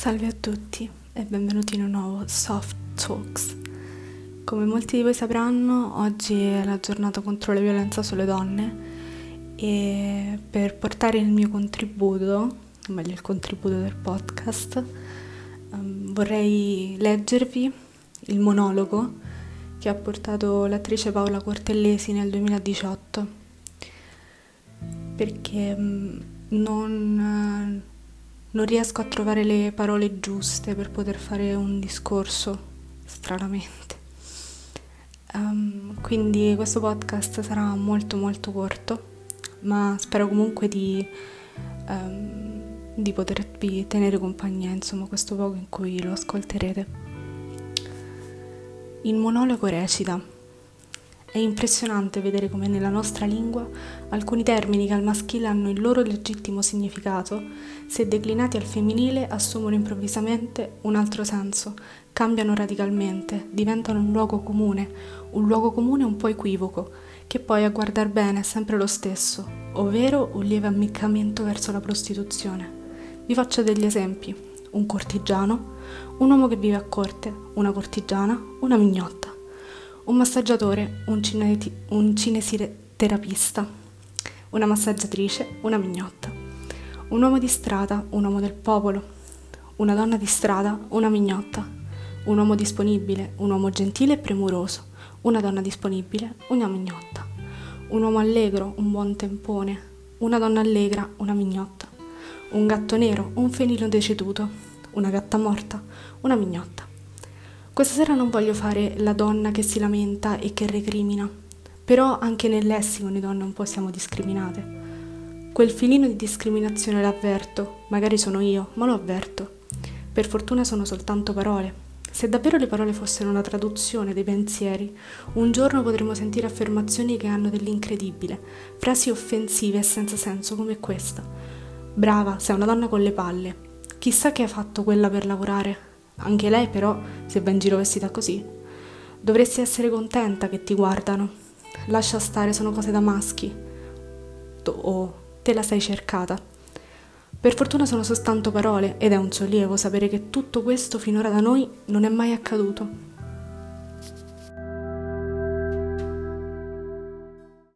Salve a tutti e benvenuti in un nuovo Soft Talks. Come molti di voi sapranno, oggi è la giornata contro la violenza sulle donne e per portare il mio contributo, o meglio il contributo del podcast, vorrei leggervi il monologo che ha portato l'attrice Paola Cortellesi nel 2018, perché non riesco a trovare le parole giuste per poter fare un discorso, stranamente. Quindi questo podcast sarà molto molto corto, ma spero comunque di potervi tenere compagnia, insomma, questo poco in cui lo ascolterete. Il monologo recita: è impressionante vedere come nella nostra lingua alcuni termini che al maschile hanno il loro legittimo significato, se declinati al femminile assumono improvvisamente un altro senso, cambiano radicalmente, diventano un luogo comune un po' equivoco, che poi a guardar bene è sempre lo stesso, ovvero un lieve ammiccamento verso la prostituzione. Vi faccio degli esempi: un cortigiano, un uomo che vive a corte, una cortigiana, una mignotta. Un massaggiatore, un cinesioterapista, una massaggiatrice, una mignotta. Un uomo di strada, un uomo del popolo, una donna di strada, una mignotta. Un uomo disponibile, un uomo gentile e premuroso, una donna disponibile, una mignotta. Un uomo allegro, un buon tempone, una donna allegra, una mignotta. Un gatto nero, un felino deceduto, una gatta morta, una mignotta. Questa sera non voglio fare la donna che si lamenta e che recrimina, però anche nel lessico noi donne un po' siamo discriminate. Quel filino di discriminazione l'avverto, magari sono io, ma lo avverto. Per fortuna sono soltanto parole. Se davvero le parole fossero una traduzione dei pensieri, un giorno potremmo sentire affermazioni che hanno dell'incredibile, frasi offensive e senza senso come questa. Brava, sei una donna con le palle. Chissà che ha fatto quella per lavorare. Anche lei però, se va in giro vestita così. Dovresti essere contenta che ti guardano. Lascia stare, sono cose da maschi. O te la sei cercata. Per fortuna sono soltanto parole ed è un sollievo sapere che tutto questo finora da noi non è mai accaduto.